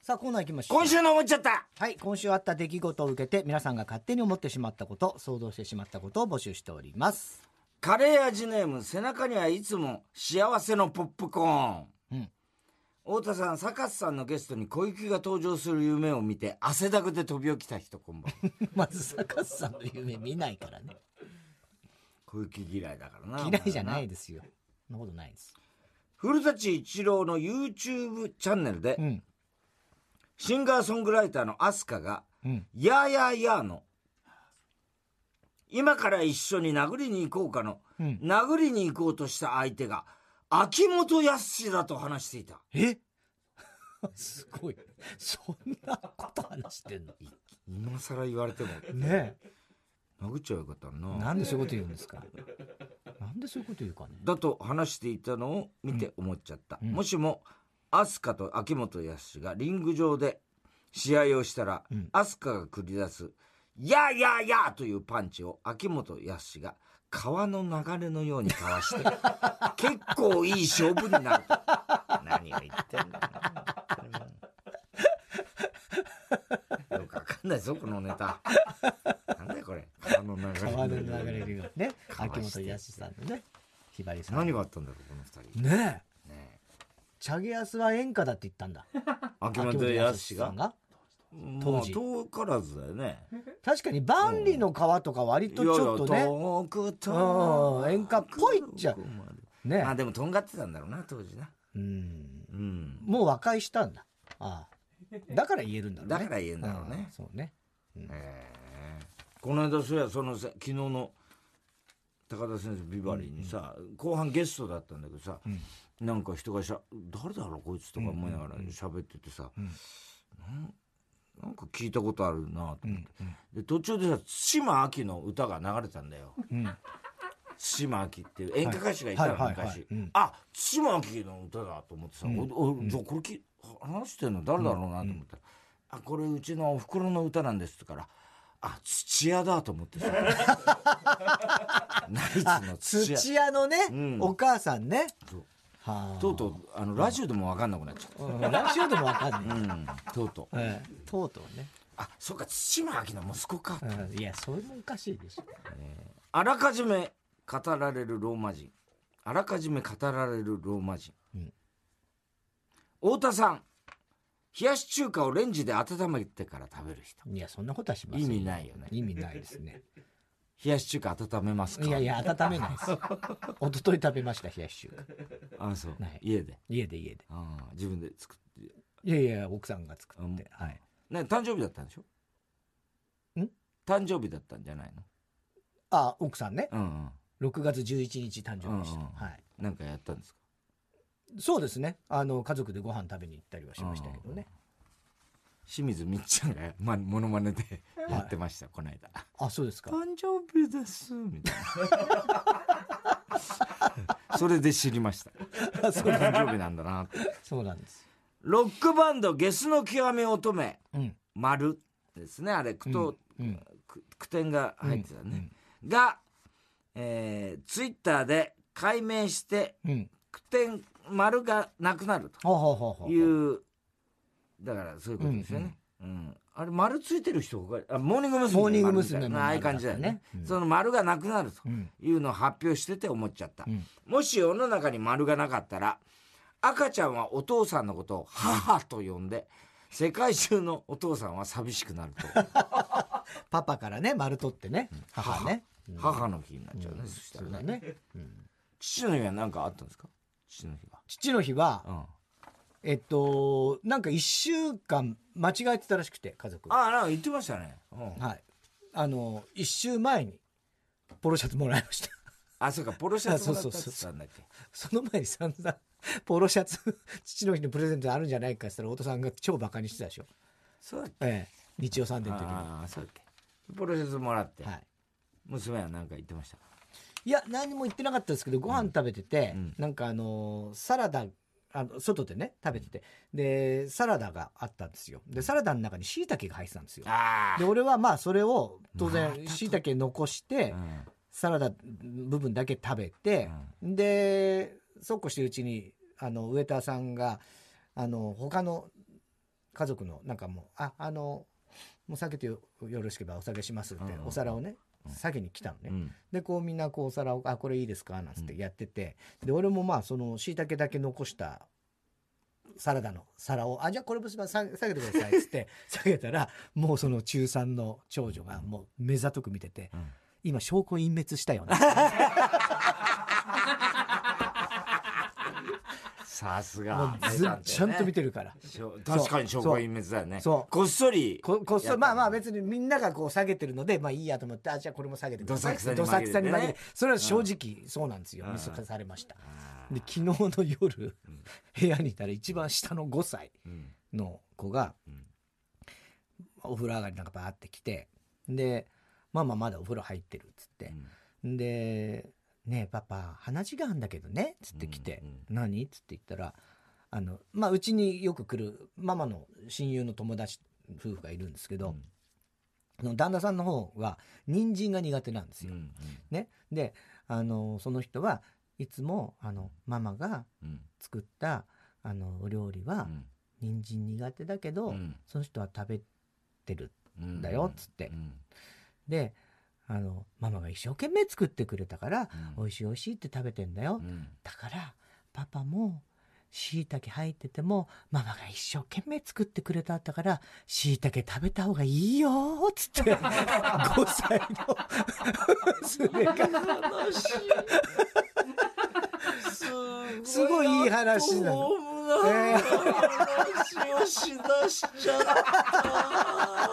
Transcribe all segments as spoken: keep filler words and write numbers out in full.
さあコーナー行きましょう。 今週の思っちゃった。 はい、今週あった出来事を受けて皆さんが勝手に思ってしまったこと、想像してしまったことを募集しております。 カレー味ネーム、背中にはいつも幸せのポップコーン。うん。太田さん、サカスさんのゲストに小雪が登場する夢を見て汗だくで飛び起きた人、こんばんは。 まずサカスさんの夢見ないからね。 小雪嫌いだからな。 嫌いじゃないですよ。そんなことないです。 古舘一郎の YouTube チャンネルで、うん、シンガーソングライターのアスカが、うん、やーやーやーの今から一緒に殴りに行こうかの、うん、殴りに行こうとした相手が秋元康だと話していた。 えすごい。そんなこと話してんの？ 今更言われてもねえ、 殴っちゃうよかったな。 なんでそういうこと言うんですか？なんでそういうこと言うかね。 だと話していたのを見て思っちゃった、うん、もしもアスカと秋元康がリング上で試合をしたら、うん、アスカが繰り出すやーやーやーというパンチを秋元康が川の流れのようにかわして結構いい勝負になると。何を言ってんだよくわかんないぞこのネタ。なんだよこれ。川の流れ川の流れるよね。秋元康さんのね、ひばりさん。 何があったんだろうこの二人。 ねえ。ねえ。チャゲアスは演歌だって言ったんだ。 秋元康が。 当時。 まあ、遠からずだよね。 確かに万里の川とか割とちょっとね。いやいや遠く遠く演歌っぽいっちゃ。 ね。まあでもとんがってたんだろうな当時な。 うん。うん。もう和解したんだ。ああ。だから言えるんだろうね。 だから言えるんだろうね。 そうね。 うん、えー、この間そうやその昨日の高田先生ビバリーにさ、うんうん、後半ゲストだったんだけどさ、うん、なんか人がしゃ誰だろうこいつとか思いながら喋っててさ、うんうんうんなんか聞いたことあるなと思って、うんうん、で途中でさ対馬亜紀の歌が流れたんだよ、うん、対馬亜紀っていう演歌歌手がいたの、はい、昔、はいはいはいうん、あ対馬亜紀の歌だと思ってさ、うん、おおじゃあこれき話してんの誰だろうなと思ったら、うん、あこれうちのお袋の歌なんですってからあ土屋だと思ってさナイツの土屋土屋のね、うん、お母さんねそうはあ、とうとうあのラジオでも分かんなくなっちゃった、 うん、ラジオでも分かんない、うん、 とうとう、 ええ、とうとうねあそうか対馬亜紀の息子か、 うん、いやそれもおかしいでしょ、 えー、あらかじめ語られるローマ人あらかじめ語られるローマ人、うん、太田さん冷やし中華をレンジで温めてから食べる人。 いやそんなことはしません。 意味ないよね。 意味ないですね。 冷やし中華温めますか？ いやいや温めないです。一昨日食べました冷やし中華。あそう、はい、家で家で家であ自分で作って。 いやいや奥さんが作ってはいね誕生日だったんでしょ？ん誕生日だったんじゃないの？ あ奥さんね、 うんうん、 ろくがつじゅういちにち誕生日でした、うんうん、はいなんかやったんですか？ そうですねあの家族でご飯食べに行ったりはしましたけどね、 清水みっちゃんが、ま、モノマネでやってました、はい、この間あそうですか誕生日ですみたいなそれで知りましたそう誕生日なんだなってそうなんですロックバンドゲスの極み乙女、うん、丸ですねあれ句と、うんうん、句点が入ってたね、うん、が、えー、ツイッターで改名して、うん、句点丸がなくなるというだからそういうことですよね、うんうんうん、あれ丸ついてる人があモーニング娘。 モーニング娘。 ああいう感じだよね、うん、その丸がなくなるというのを発表してて思っちゃった、うん、もし世の中に丸がなかったら赤ちゃんはお父さんのことを母と呼んで世界中のお父さんは寂しくなるとパパからね丸取ってね、うん、母ね母、母の日になっちゃうね、うん、そしたら ね, ね、うん、父の日は何かあったんですか？父の日は父の日は、うんえっとなんかいっしゅうかん間違えてたらしくて家族ああなんか言ってましたね、 うん、はいあのいっ週前にポロシャツもらいましたあそうかポロシャツもらったって言ったんだっけその前に散々ポロシャツ父の日のプレゼントあるんじゃないかって言ったら太田さんが超バカにしてたでしょそうだっけ、 ええ、日曜サンデーの時にああそうだっけポロシャツもらって、はい、娘は何か言ってました？ いや何も言ってなかったですけどご飯食べてて、うん、なんかあのサラダあの外でね食べててでサラダがあったんですよでサラダの中に椎茸が入ってたんですよで俺はまあそれを当然椎茸残して、うん、サラダ部分だけ食べて、うん、でそうこうしてるうちにあのウエターさんがあの他の家族のなんかもうああのもう避けて よ, よろしければお下げしますって、うん、お皿をね下げに来たのね、うん、でこうみんなこうお皿をあこれいいですかなんつってやってて、うん、で俺もまあその椎茸だけ残したサラダの皿をあじゃあこれも下げてくださいっつって下げたらもうその中さんの長女がもう目ざとく見てて、うん、今証拠隠滅したよねさすがずちゃんと見てるから確かに証拠隠滅だよね。そうこっそりここっそりまあまあ別にみんながこう下げてるのでまあいいやと思ってあじゃあこれも下げてくださいどさくさに紛れてそれは正直そうなんですよ見透かされました。で昨日の夜、うん、部屋にいたら一番下のごさいの子が、うん、お風呂上がりなんかバーって来てでママまだお風呂入ってるっつって、うん、でねえパパ話があるんだけどねつって来て、うんうん、何つって言ったらあのまあうちによく来るママの親友の友達夫婦がいるんですけど、うん、の旦那さんの方は人参が苦手なんですよ、うんうん、ねであのその人はいつもあのママが作った、うん、あのお料理は、うん、人参苦手だけど、うん、その人は食べてるんだよっつって、うんうん、であのママが一生懸命作ってくれたから、うん、美味しい美味しいって食べてんだよ、うん、だからパパも椎茸入っててもママが一生懸命作ってくれたんだから椎茸食べた方がいいよっつってごさいの娘がすごいいい話なの。 えー、話をしだしちゃった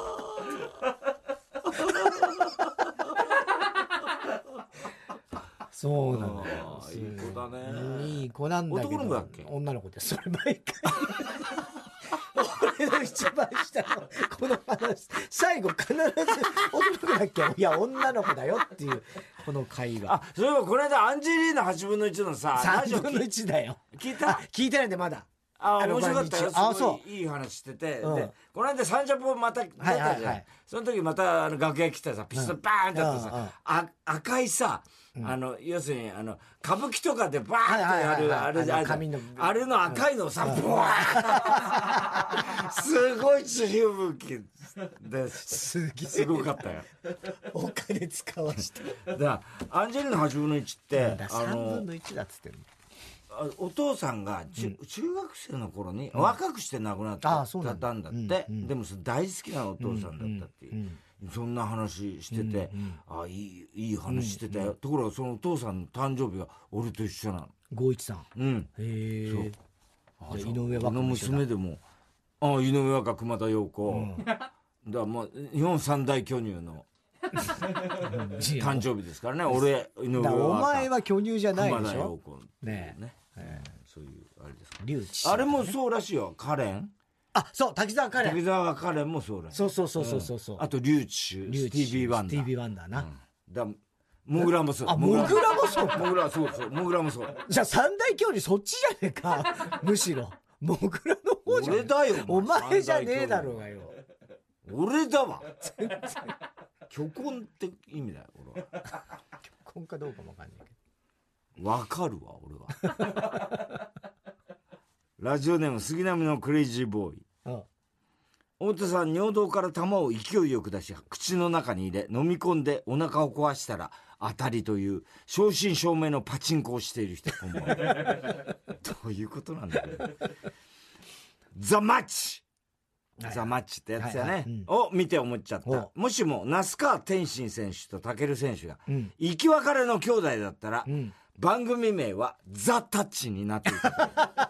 そうなんだよ。 いい子だね。 いい子なんだけど。 男の子だっけ？ 女の子です。それ毎回。俺の一番下のこの話最後必ず男の子だっけ？いや女の子だよっていうこの会話。 あ、そういえばこの間アンジェリーナはちぶんのいちのささんぶんのいちだよ。 聞いた？ 聞いてないんでまだ。 あ、面白かったよ。あ、そういい話してて、うん、でこの間サンジャポまた出たじゃん、はいはいはい、その時またあの楽屋来たらさピストルバーンってやってさ、うんうん、あ赤いさ、うん、あの要するにあの歌舞伎とかでバーンってやるあれじゃあれの赤いのをさ、うん、ブワーすごい地表武器ですすごかったよ。 お金使わしてだからアンジェリーナはちぶんのいちってさんぶんのいちだっつってるの。 お父さんが、うん、中学生の頃に若くして亡くなったんだって、うん、でも大好きなお父さんだったっていう、うんうん、そんな話してて、うんうん、あいいいい話してたよ、うんうん、ところがそのお父さんの誕生日が俺と一緒なの。 剛一さん。 うん。 へえ。 じゃあ井上和歌の娘でもあ井上和歌熊田曜子、うん、だからまあ日本三大巨乳の誕生日ですからね。俺井上和歌お前は巨乳じゃないでしょ。 熊田曜子ねね。 えー、そういうあれですか。 リュウチ、 ね、あれもそうらしいよ。カレン。 あ、そう滝沢カレン。 滝沢カレンもそうらしい。 そうそうそうそうそう。 うん、あとリュウチシュ、スティービーワンダー。 スティービーワンダーな。うん、 だモグラもそう。 あモグラもそう。 モグラそうそう。モグラもそう。 じゃあ三大巨乳そっちじゃねえか。むしろモグラの方じゃ。 俺だよ。 お前じゃねえだろうがよ。 俺だわ。虚婚って意味だよ俺は。 虚婚かどうかもわかんないけど。 わかるわ俺は。ラジオネーム杉並のクレイジーボーイ。ああ太田さん、尿道から玉を勢いよく出し口の中に入れ飲み込んでお腹を壊したら当たりという正真正銘のパチンコをしている人こんばんは。どういうことなんだろう。ザ・マッチザ・マッチってやつやね、はいはいうん、を見て思っちゃった。もしも那須川天心選手と武選手が、うん、生き別れの兄弟だったら、うん、番組名はザ・タッチになっていた。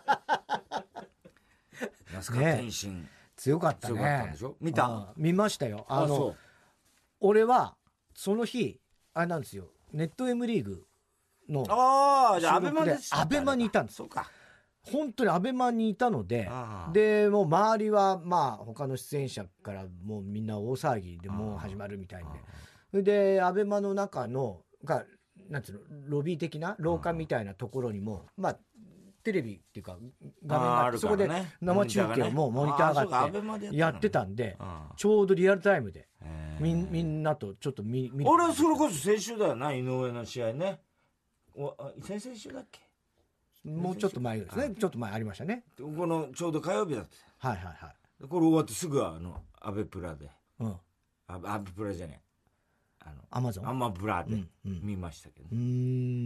那須川天心、ね、 強かったね。 強かったでしょ。見た？ 見ましたよ。あのあ俺はその日あれなんですよ。ネット M リーグのああじゃあアベマでアベマにいたんです。 そうか。 本当にアベマにいたので、でもう周りはまあ他の出演者からもうみんな大騒ぎでもう始まるみたいで、それでアベマの中のがなんていうのロビー的な廊下みたいなところにもまあテレビっていうか画面があってそこで生中継をもうモニターがあってやってたんでちょうどリアルタイムでみみんなとちょっと見見俺はそれこそ先週だよな井上の試合ね。お先々週だっけもうちょっと前ですね。ちょっと前ありましたね。 このちょうど火曜日だって。 はいはいはい。 これ終わってすぐあのアベプラで、 うん、 アベプラじゃねえ、あのアマゾンアマプラで見ましたけど、 うん、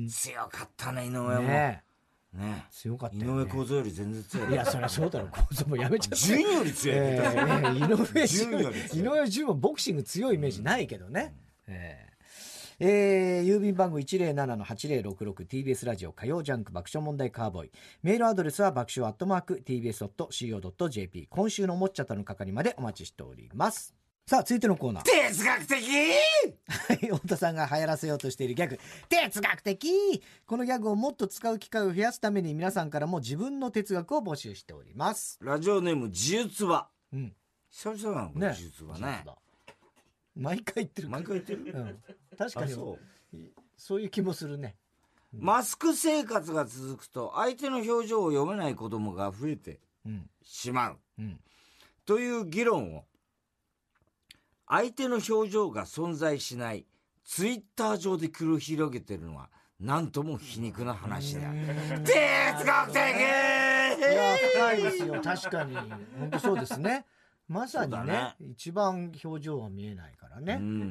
強かったね井上もねね、 強かったよね。 井上公造より全然強い。 いやそりゃそうだろう。公造もやめちゃった。 順より強い。 えー、井上順より強い。 井上順もボクシング強いイメージないけどね。うん、えーえー、郵便番号 いちぜろななのはちぜろろくろく ティービーエス ラジオ火曜ジャンク爆笑問題カーボーイ。メールアドレスは爆笑アットマーク ティービーエス ドット シーオー ドット ジェーピー。今週の思っちゃったの係までお待ちしております。さあ続いてのコーナー、 哲学的。 はい、太田さんが流行らせようとしているギャグ、哲学的。このギャグをもっと使う機会を増やすために皆さんからも自分の哲学を募集しております。 ラジオネーム自由は、 うん、 久々なのか、ね、自由はね。 毎回言ってる。 毎回言ってる。 うん、確かにそう、そういう気もするね。 うん、マスク生活が続くと相手の表情を読めない子供が増えてしまう、うんうん、という議論を相手の表情が存在しないツイッター上で繰り広げてるのはなんとも皮肉な話だ。哲学的。いや深いですよ。確かに本当そうですね。まさに ね, ね一番表情は見えないからね。うん、うん、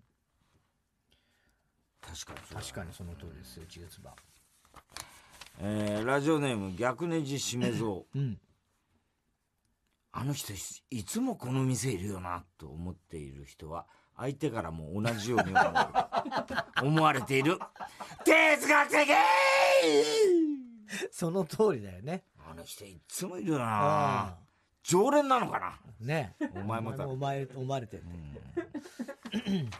確かにそう、 確かにその通りですよ。ジュースバー、 えー、ラジオネーム逆ネジしめぞう、うん、あの人 い, いつもこの店いるよなと思っている人は相手からも同じように思, 思われている。哲学的。 その通りだよね。 あの人いつもいるよな。常連なのかなね。 お前もだ。 お前も思われてる、うん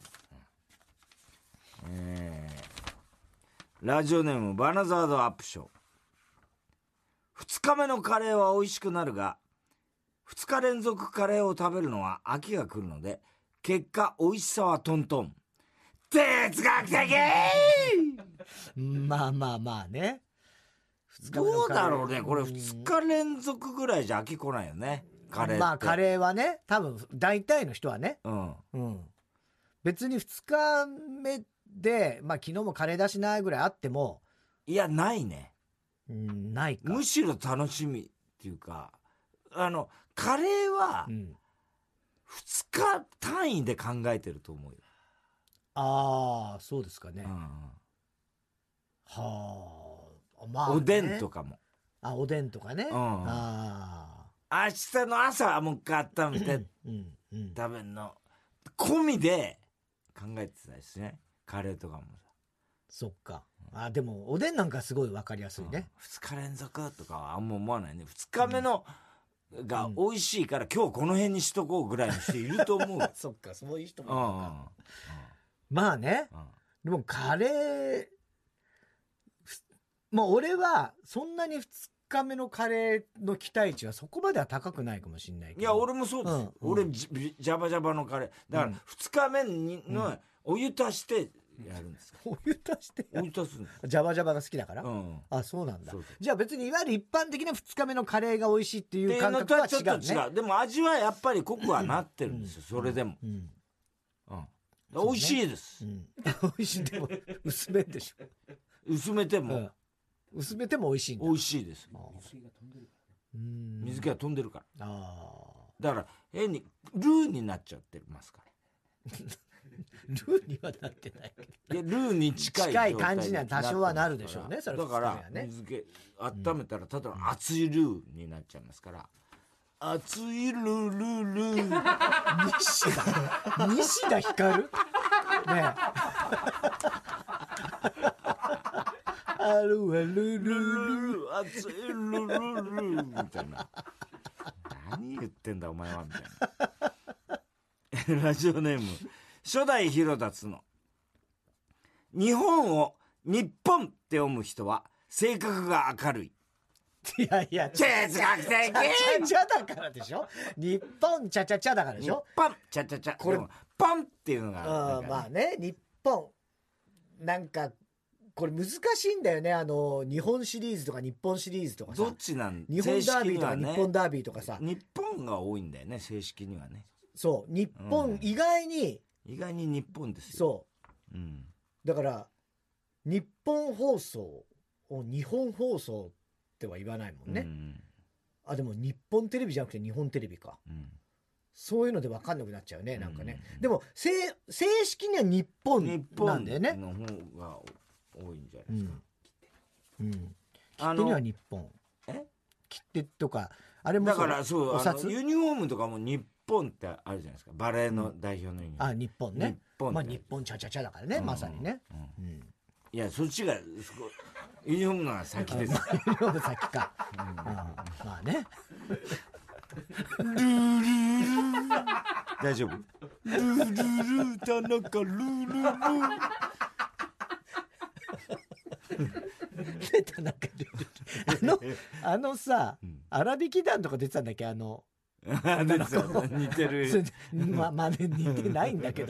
えー、ラジオネームバナザードアップショー。ふつかめのカレーは美味しくなるがふつか連続カレーを食べるのは飽きが来るので結果美味しさはトントン。哲学的。 まあまあまあね。 どうだろうねこれふつか連続ぐらいじゃ飽きこないよねカレーって。 まあカレーはね多分大体の人はね、うんうん、別にふつかめでまあ昨日もカレーだしなぐらいあってもいやないね、 うん、ないか。 むしろ楽しみっていうかあのカレーはふつか単位で考えてると思うよ。 ああそうですかね、うん、はあ、まあね、 おでんとかも。 あおでんとかね、うん、あ明日の朝はもう一回温めて食べるの込みで考えてたですねカレーとかもさ。 そっか、あでもおでんなんかすごい分かりやすいね、うん、 ふつか連続とかはあんま思わないね。ふつかめの、うん、が美味しいから今日この辺にしとこうぐらいの人いると思う。 そっかそういう人もいるのか、うんうんうん、まあね、うん、でもカレーもう俺はそんなにふつかめのカレーの期待値はそこまでは高くないかもしれないけど。 いや俺もそうです、うん、俺ジャバジャバのカレーだからふつかめにのお湯足してやるんですか、 うん、お湯足してお湯足すんですジャバジャバが好きだから、うん、あそうなんだ。そうそうじゃあ別にいわゆる一般的なふつかめのカレーが美味しいっていう感覚は違うね。ちょっと違う。 でも味はやっぱり濃くはなってるんですよ、うん、それでも、うんうん、美味しいです、うん、 美味しい。でも薄めでしょ。 薄めても、うん薄めても美味しいんだ。 美味しいです。水が飛んでるから、ね、水気が飛んでるから。あだから変にルーになっちゃってますから。 ルーにはなってないけど。でルーに近い近い感じには多少はなるでしょうね。それだから水気温めたらただの熱いルーになっちゃいますから。うん、熱いルールールー。 西田西田ひかるねえ。あるあるルルル熱いルルルみたいな。何言ってんだお前はみたいな。ラジオネーム初代広田つの。日本を日本って読む人は性格が明るい。 いやいや哲学的。チャチャだからでしょ。日本チャチャチャだからでしょ。 日本チャチャチャ。これパンっていうのが、 ね、まあね日本なんかこれ難しいんだよね。あの日本シリーズとか日本シリーズとかさ。 どっちなん日本ダービーとか日本ダービーとかさ。 日本が多いんだよね正式にはね。 そう日本、うん、意外に意外に日本ですよ。 そう、うん、だから日本放送を日本放送っては言わないもんね、 うん、 あでも日本テレビじゃなくて日本テレビか、うん、そういうので分かんなくなっちゃうねなんかね、うん、でも正式には日本なんだよね。 日本の方が多いんじゃないですか、 うんうん、切手には日本、 え切手とかあれもだからそうあのユニフォームとかも日本ってあるじゃないですか、バレーの代表のユニフォーム、 うん、あ日本ね、 日本まあ日本チャチャチャだからね、うん、まさにね、うんうん、 いやそっちがユニフォームのが先ですユニフォーム先か、うん、まあねルールー大丈夫ルールー田中ルールー出たなんかあのあのさ、うん、荒引き団とか出てたんだっけあの似てるままね似てないんだけど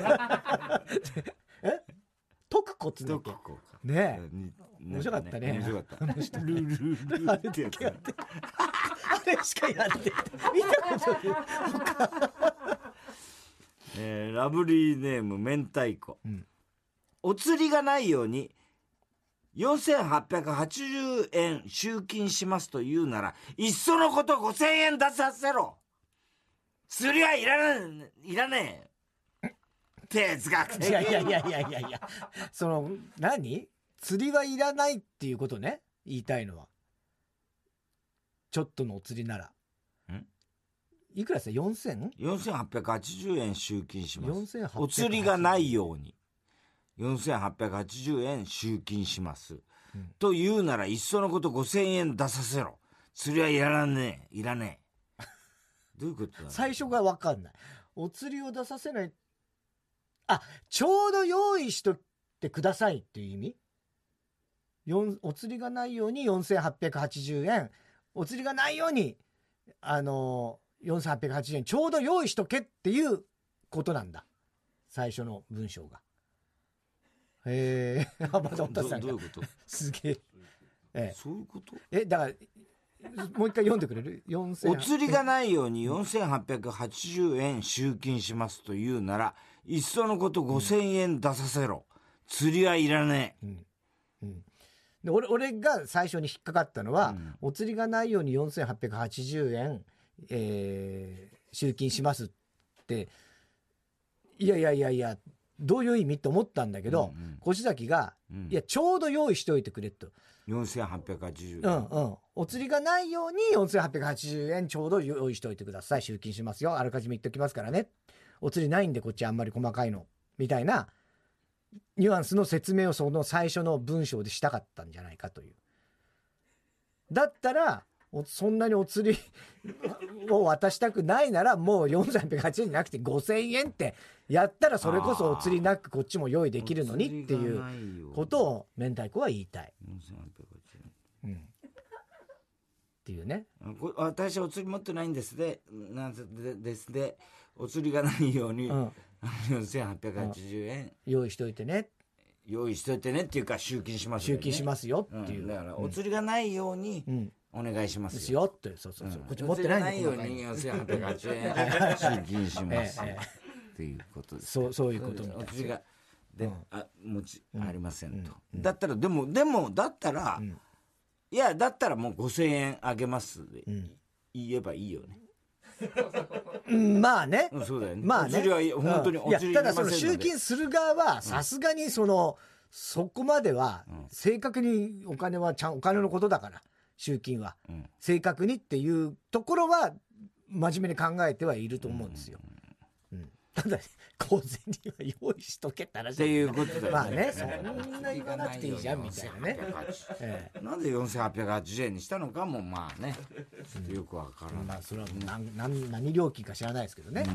え徳子っつうんだっけねえ面白かったね面白かったあの人ルルルルってやつあれしかやって見たことないえー、ラブリーネーム明太子、うん、お釣りがないようによんせんはっぴゃくはちじゅうえん集金しますと言うならいっそのことごせんえん出させろ、釣りはいらねえいらねえ哲学的。 いやいやいやいやいやいやその何釣りはいらないっていうことね言いたいのは。ちょっとのお釣りならんいくらですか よんせん? よんせんはっぴゃくはちじゅうえん集金します。 よんせんはっぴゃくはちじゅうお釣りがないようによんせんはっぴゃくはちじゅうえん集金します、うん、と言うならいっそのことごせんえん出させろ、釣りはいらねえいらねえどういうことだ、ね、 最初が分かんない。お釣りを出させない、あちょうど用意しとってくださいっていう意味。お釣りがないようによんせんはっぴゃくはちじゅうえん、お釣りがないようにあのよんせんはっぴゃくはちじゅうえんちょうど用意しとけっていうことなんだ最初の文章が。へえー、まだおたさんがどういうことすげえ、ええ、そういうことえだからもう一回読んでくれる。よんせんお釣りがないようによんせんはっぴゃくはちじゅうえん集金しますと言うならいっそのことごせんえん出させろ、釣りはいらねえ、うんうん、で 俺, 俺が最初に引っかかったのは、うん、お釣りがないようによんせんはっぴゃくはちじゅうえん、えー、集金しますっていやいやいやいやどういう意味って思ったんだけど、うんうん、越崎が、うん、いやちょうど用意しておいてくれとよんせんはっぴゃくはちじゅうえん、うんうん、お釣りがないようによんせんはっぴゃくはちじゅうえんちょうど用意しておいてください、集金しますよ、あらかじめ言っておきますからね、お釣りないんでこっちあんまり細かいのみたいなニュアンスの説明をその最初の文章でしたかったんじゃないかという。だったらそんなにお釣りを渡したくないならもうよんせんはっぴゃくはちじゅうえんじゃなくてごせんえんってやったらそれこそお釣りなくこっちも用意できるのにっていうことを明太子は言いたい。よんせんはっぴゃくはちじゅうえん、うん、っていうね。 私お釣り持ってないんですでなんでですでお釣りがないように、うん、よんせんはっぴゃくはちじゅうえん、うん、 用意しといてね用意しといてねっていうか集金しますよね、 集金しますよっていう、 うん、だからお釣りがないように、うんお願いしますよ。 ですよって、そうそうそう。うん、こっち持ってないないようによんせんはっぴゃくはちじゅうえん集金します。ええ、っていうことです。 そうそういうことみたいです。お釣りがで、うん、あ持ち、うん、ありませんと。うん、だったらでもでもだったら、うん、いやだったらもうごせんえんあげますで、うん、言えばいいよね。 うん、まあね。 うん、そうだよね。 まあね。 お釣りは本当にお釣りいやただその集金する側はさすがにその、うん、そこまでは正確にお金はちゃんお金のことだから。集金は、うん、正確にっていうところは真面目に考えてはいると思うんですよ、うんうん、ただ小銭は用意しとけって話っていうことだよね。 まあねそんな言わなくていいじゃんみたいなね、 ええ、なんでよんせんはっぴゃくはちじゅうえんにしたのかもまあねちょっとよくわからない、うん、 まあそれは何、何、何料金か知らないですけどね、うん、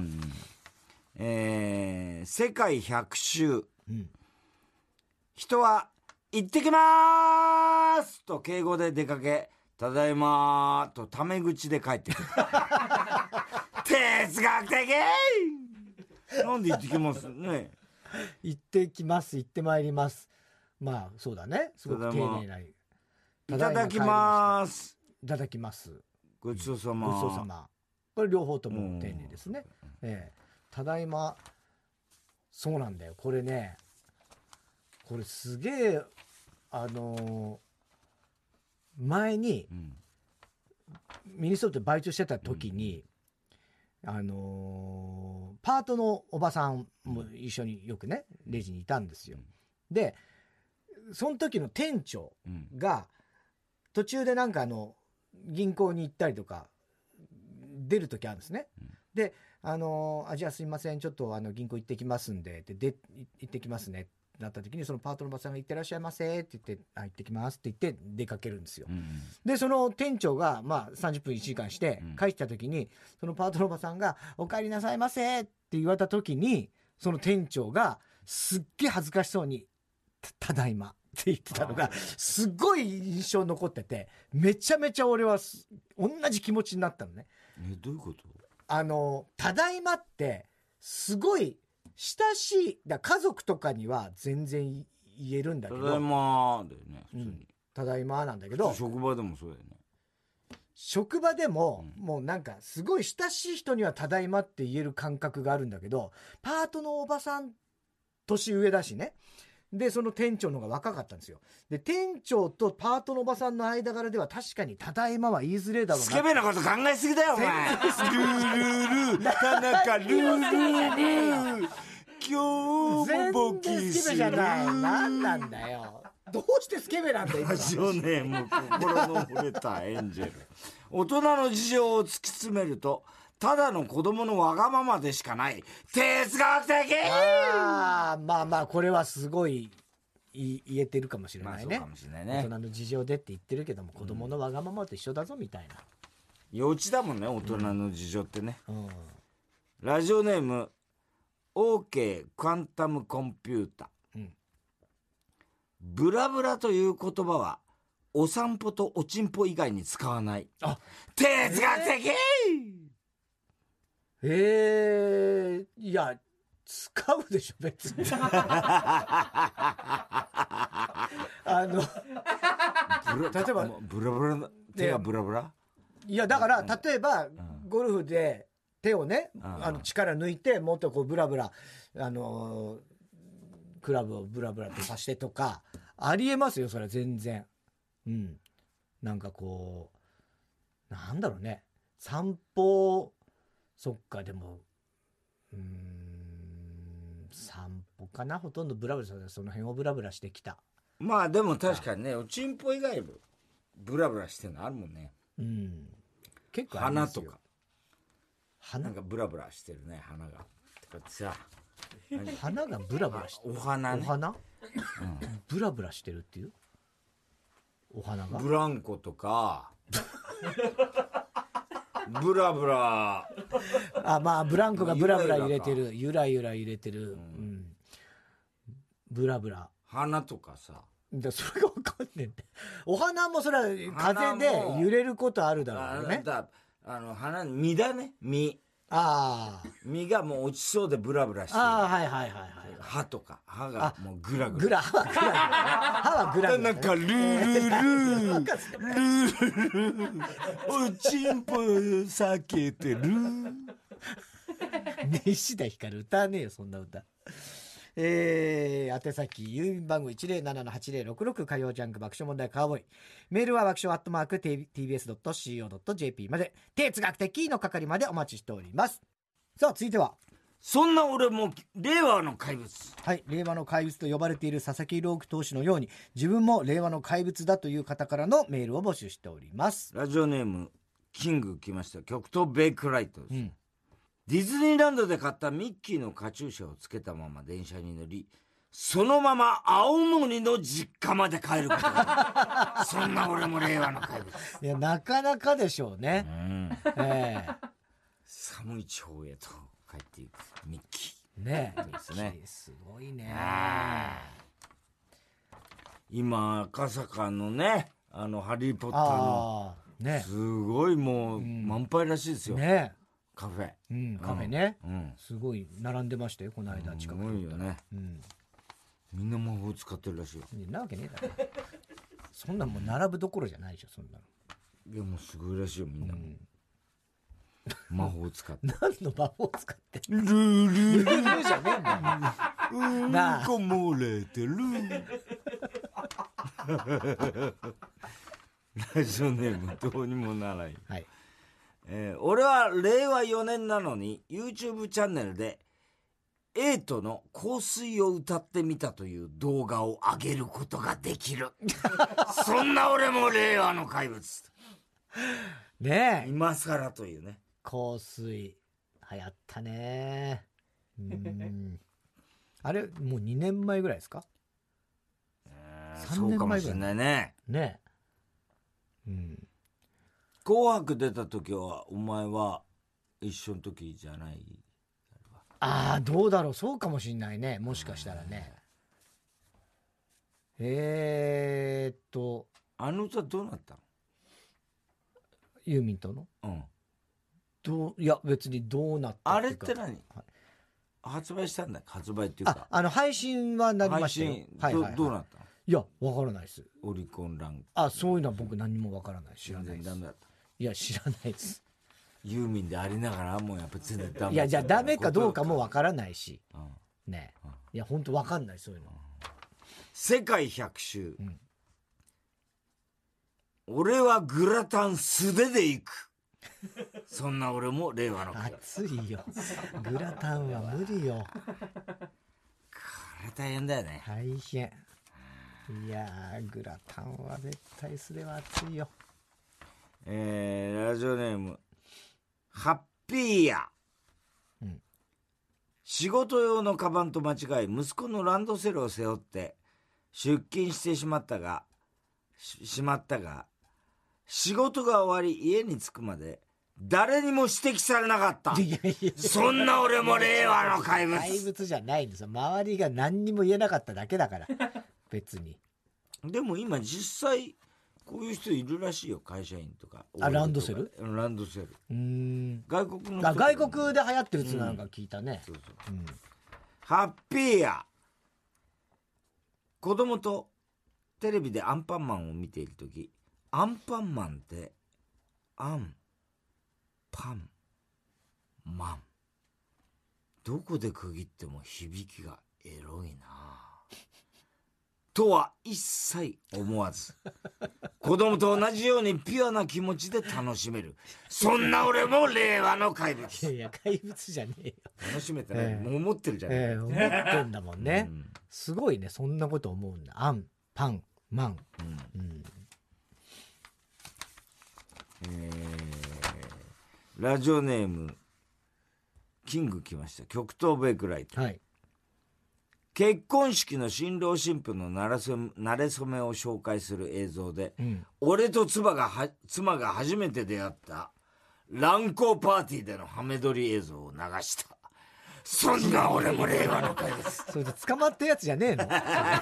えー、世界百周、うん、人は行ってきまーすと敬語で出かけ、ただいまーとタメ口で帰ってくる哲学的なんで行ってきますね。 行ってきます行ってまいります。まあそうだね、すごく丁寧な。いただきます。 いただきます。 ごちそうさま。 ごちそうさま。これ両方とも丁寧ですね。ええ、ただいま。そうなんだよこれね。これすげえあの前に、うん、ミニストップでバイトしてた時に、うん、あのー、パートのおばさんも一緒によくねレジにいたんですよ。でその時の店長が途中でなんかあの銀行に行ったりとか出る時あるんですね。うん、であのー、あじゃあすいませんちょっとあの銀行行ってきますんでってで行ってきますねってなった時にそのパートのおばさんが行ってらっしゃいませって言ってあ行ってきますって言って出かけるんですよ。うん、でその店長がまあさんじゅっぷんいちじかんして帰ってきた時に、うん、そのパートのおばさんがお帰りなさいませって言われた時にその店長がすっげえ恥ずかしそうに た, ただいまって言ってたのがすっごい印象に残っててめちゃめちゃ俺は同じ気持ちになったのね。 えどういうこと？ あのただいまってすごい親しいだ家族とかには全然言えるんだけどただいまだよね普通に、うん、 ただいまなんだけど職場でもそうだよね。 職場でも、うん、もうなんかすごい親しい人にはただいまって言える感覚があるんだけどパートのおばさん年上だしねでその店長の方が若かったんですよ。で店長とパートのおばさんの間柄では確かにただいまは言いづれだろうな。 スケベなこと考えすぎだよお前。ルールル田中ルールル今日もボキ全然スケベじゃない。何なんだよ。どうしてスケベなんだよ。 ラジオネーム心の折れたエンジェル。大人の事情を突き詰めるとただの子供のわがままでしかない哲学的。 あまあまあこれはすごい言えてるかもしれないね。 まあ、そうかもしれないね。 大人の事情でって言ってるけども子供のわがままと一緒だぞみたいな、 うん、幼稚だもんね大人の事情ってね、 うんうん、 ラジオネーム OK クアンタムコンピュータ、うん、ブラブラという言葉はお散歩とおちんぽ以外に使わない。あ哲学的。えーえー、いや使うでしょ別にあの例えばブラブラ手がブラブラいやだから例えば、うん、ゴルフで手をね、うん、あの力抜いてもっとこうブラブラあのクラブをブラブラとさしてとかありえますよそれは全然。うんなんかこうなんだろうね散歩そっかでもうーん散歩かなほとんどブラブラその辺をブラブラしてきた。 まあでも確かにねおちんぽ以外ブラブラしてるのあるもんね。 うん結構ありますよ。 花とか花なんかブラブラしてるね花がとかさ花がブラブラしてるお花ねお花、うん、ブラブラしてるっていうお花がブランコとかブラブラあまあブランコがブラブラ入れてるゆらゆら入れてる、うんうん、ブラブラ花とかさだそれが分かんねえんだお花もそれは風で揺れることあるだろうね。 ああの花実だね実あ実がもう落ちそうでブラブラしてる。 ああはいはいはいはい歯とか歯がもうグラグラグラ歯はグラグラ歯はグラグラ、 ね、なんかルールルールールおちんぽ避けてる西田ひかる歌わねえよそんな歌。えー、宛先郵便番号 いちぜろななのはちぜろろくろく 火曜ジャンク爆笑問題カーボーイメールは爆笑アットマーク ティービーエスドットシーオードットジェーピー まで哲学的の係までお待ちしております。さあ続いてはそんな俺も令和の怪物。 はい令和の怪物と呼ばれている佐々木朗希投手のように自分も令和の怪物だという方からのメールを募集しております。 ラジオネームキング来ました極東ベイクライトです、うんディズニーランドで買ったミッキーのカチューシャをつけたまま電車に乗りそのまま青森の実家まで帰ることがそんな俺も令和の怪物。 いやなかなかでしょうね、うんえー、 寒い地方へと帰っていくミッキーねえですねすごいね。 今赤坂のねあのハリーポッターのねすごいもう満杯らしいですよ、うん、ねカフェ、 うん、カフェね、うん、すごい並んでましたよこの間近くに。 すごいよね、うん、みんな魔法使ってるらしいよ。 なわけねえだろそんなんもう並ぶどころじゃないでしょそんなの。 いやもうすごいらしいよみんな、うん、魔法使って何の魔法使ってルールルールじゃねえんだよなあ漏れてるラジオネームどうにもならない、 はい。 えー、俺はれいわよねんなのに YouTube チャンネルでエイトの香水を歌ってみたという動画を上げることができるそんな俺も令和の怪物ねえ、 今更というね。 香水流行ったね。うーんあれもうにねんまえぐらいですか。 さんねんまえぐらい。そうかもしれないね。 ねえ、うん、 紅白出た時はお前は一緒の時じゃない。 ああどうだろう、そうかもしれないね、もしかしたらね。えーっとあの歌どうなったの？ ユーミンとの、 うん、 どういや別にどうなったっていうか、あれって何、はい、発売したんだよ。発売っていうかああの配信はなりましたよ。 配信、はいはいはい、ど, どうなったの？ いやわからないです。 オリコンランク、 あそういうのは僕何もわからない、知らないです。 ダメだった。 いや知らないです。 ユーミンでありながらもうやっぱ全然ダメ。 いやじゃあダメかどうかもわからないし、うん、ねえ、 うん、 いや本当わかんないそういうの、うん、 世界百周、うん、俺はグラタン素手で行くそんな俺も令和の熱いよグラタンは無理よこれ大変だよね。 大変。いやーグラタンは絶対素手は熱いよ。 えー、ラジオネームハッピーや、うん、仕事用のカバンと間違い息子のランドセルを背負って出勤してしまったが し, しまったが仕事が終わり家に着くまで誰にも指摘されなかった。いやいやそんな俺も令和の怪物。 怪物じゃないんですよ、周りが何にも言えなかっただけだから別に。 でも今実際こういう人いるらしいよ、会社員とか。 あランドセルランドセル、 うーん外国の人、 あ外国で流行ってるってなんか聞いたね、うん、そうそう、うん、 ハッピーや子供とテレビでアンパンマンを見ているとき、アンパンマンってアンパンマンどこで区切っても響きがエロいなとは一切思わず子供と同じようにピュアな気持ちで楽しめるそんな俺も令和の怪物。 いやいや怪物じゃねえよ。 楽しめてない、えー、もう思ってるじゃねえ、 えー、思ってんだもんね、うん、すごいねそんなこと思うんだ。アンパンマン、うんうんえー、ラジオネームキング来ました。極東ベイクライト、はい、結婚式の新郎新婦のなれそなれ初めを紹介する映像で、うん、俺と妻がは妻が初めて出会った乱交パーティーでのハメ撮り映像を流した。そんな俺も令和の怪物。 それで捕まったやつじゃねえの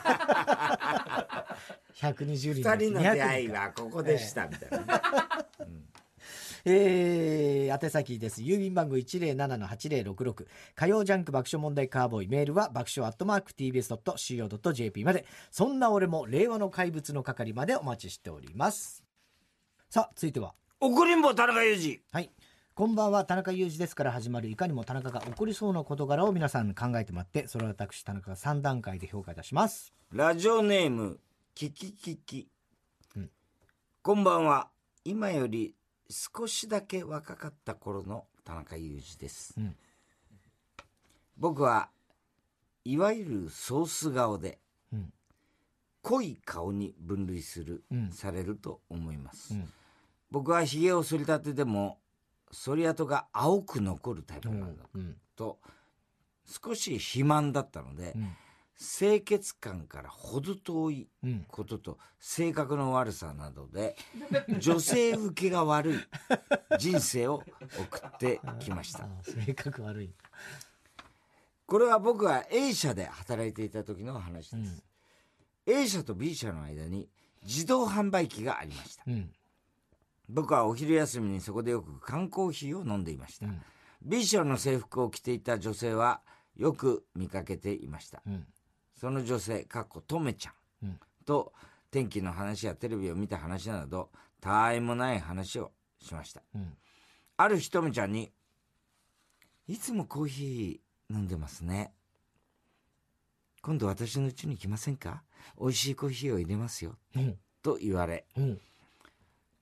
ひゃくにじゅうにんふたりの出会いはここでした、えー、みたいな、うんえー、宛先です。郵便番号 いちぜろななのはちぜろろくろく 火曜ジャンク爆笑問題カーボーイ。メールは爆笑アットマーク ティービーエスドットシーオードットジェーピー まで。そんな俺も令和の怪物の係までお待ちしております。さあ続いては怒りんぼ田中裕二。 はい、こんばんは田中裕二ですから始まるいかにも田中が起こりそうな事柄を皆さんに考えてもらって、それを私田中がさん段階で評価いたします。 ラジオネームキキキキ、うん、こんばんは。今より少しだけ若かった頃の田中裕二です、うん、僕はいわゆるソース顔で、うん、濃い顔に分類する、うん、されると思います、うん、僕はひげを剃りたてでも剃り跡が青く残るタイプなんだ、うん、と少し肥満だったので、うん、清潔感から程遠いことと、うん、性格の悪さなどで女性受けが悪い人生を送ってきました。 性格悪い。 これは僕が A 社で働いていた時の話です、うん、A 社と B 社の間に自動販売機がありました、うん、僕はお昼休みにそこでよく缶コーヒーを飲んでいました、うん、B 社の制服を着ていた女性はよく見かけていました、うん、その女性かっことめちゃん、うん、と天気の話やテレビを見た話などたわいもない話をしました、うん、ある日とめちゃんにいつもコーヒー飲んでますね、今度私の家に来ませんか、美味しいコーヒーを入れますよ、うん、と言われ、うん、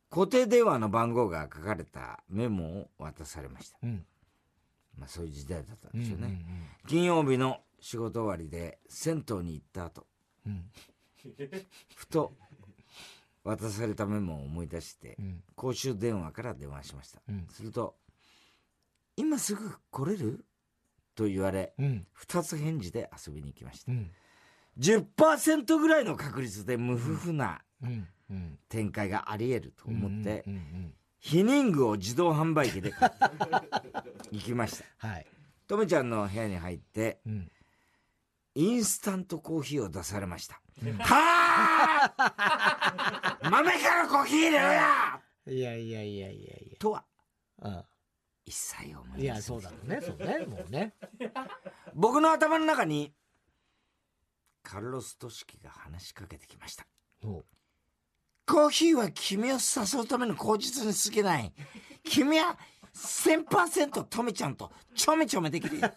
固定電話の番号が書かれたメモを渡されました。 うん、 まあそういう時代だったんですよね。 うんうんうん、 金曜日の仕事終わりで銭湯に行った後、うん、ふと渡されたメモを思い出して、うん、公衆電話から電話しました。うん、すると、今すぐ来れると言われ、うん、ふたつ返事で遊びに行きました。うん、じゅっパーセント ぐらいの確率で無夫婦な展開があり得ると思って、避妊具を自動販売機で買って行きました。はい。とめちゃんの部屋に入って、うん、インスタントコーヒーを出されました。うん、はぁ豆からコーヒー入れろやいやいやいやいやいや。 とは、 うん、 一切思いません。 いや、そうだろうね、そうね、もうね。 僕の頭の中に、カルロス・トシキが話しかけてきました。コーヒーは君を誘うための口実に過ぎない。君は せんパーセント トメちゃんとちょめちょめできるよ。